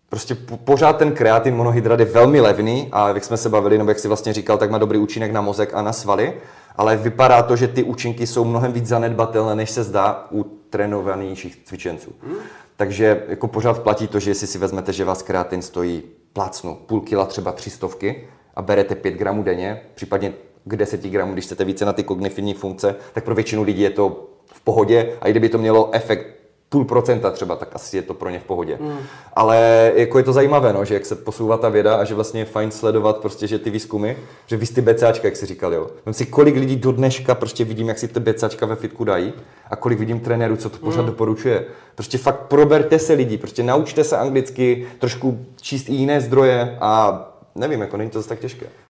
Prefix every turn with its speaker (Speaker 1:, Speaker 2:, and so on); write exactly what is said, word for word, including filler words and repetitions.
Speaker 1: prostě po, pořád ten kreatin monohydrat je velmi levný a jak jsme se bavili, nebo jak jsi vlastně říkal, tak má dobrý účinek na mozek a na svaly, ale vypadá to, že ty účinky jsou mnohem víc zanedbatelné, než se zdá u trénovanějších cvičenců. Hmm. Takže jako pořád platí to, že jestli si vezmete, že vás kreatin stojí plácnu půl kila, třeba tři stovky a berete pět gramů denně, případně k deseti gramů, když chcete více na ty kognitivní funkce, tak pro většinu lidí je to v pohodě a i kdyby to mělo efekt půl procenta třeba, tak asi je to pro ně v pohodě. Mm. Ale jako je to zajímavé, no, že jak se posouvá ta věda a že vlastně je fajn sledovat prostě, že ty výzkumy, že vy ty BCAčka, jak jsi říkal, jo. Vem si, kolik lidí do dneška prostě vidím, jak si ty BCAčka ve fitku dají a kolik vidím trenérů, co to pořád mm. doporučuje. Prostě fakt proberte se lidi, prostě naučte se anglicky, trošku číst i jiné zdroje a nevím, jako není to zase tak těžké.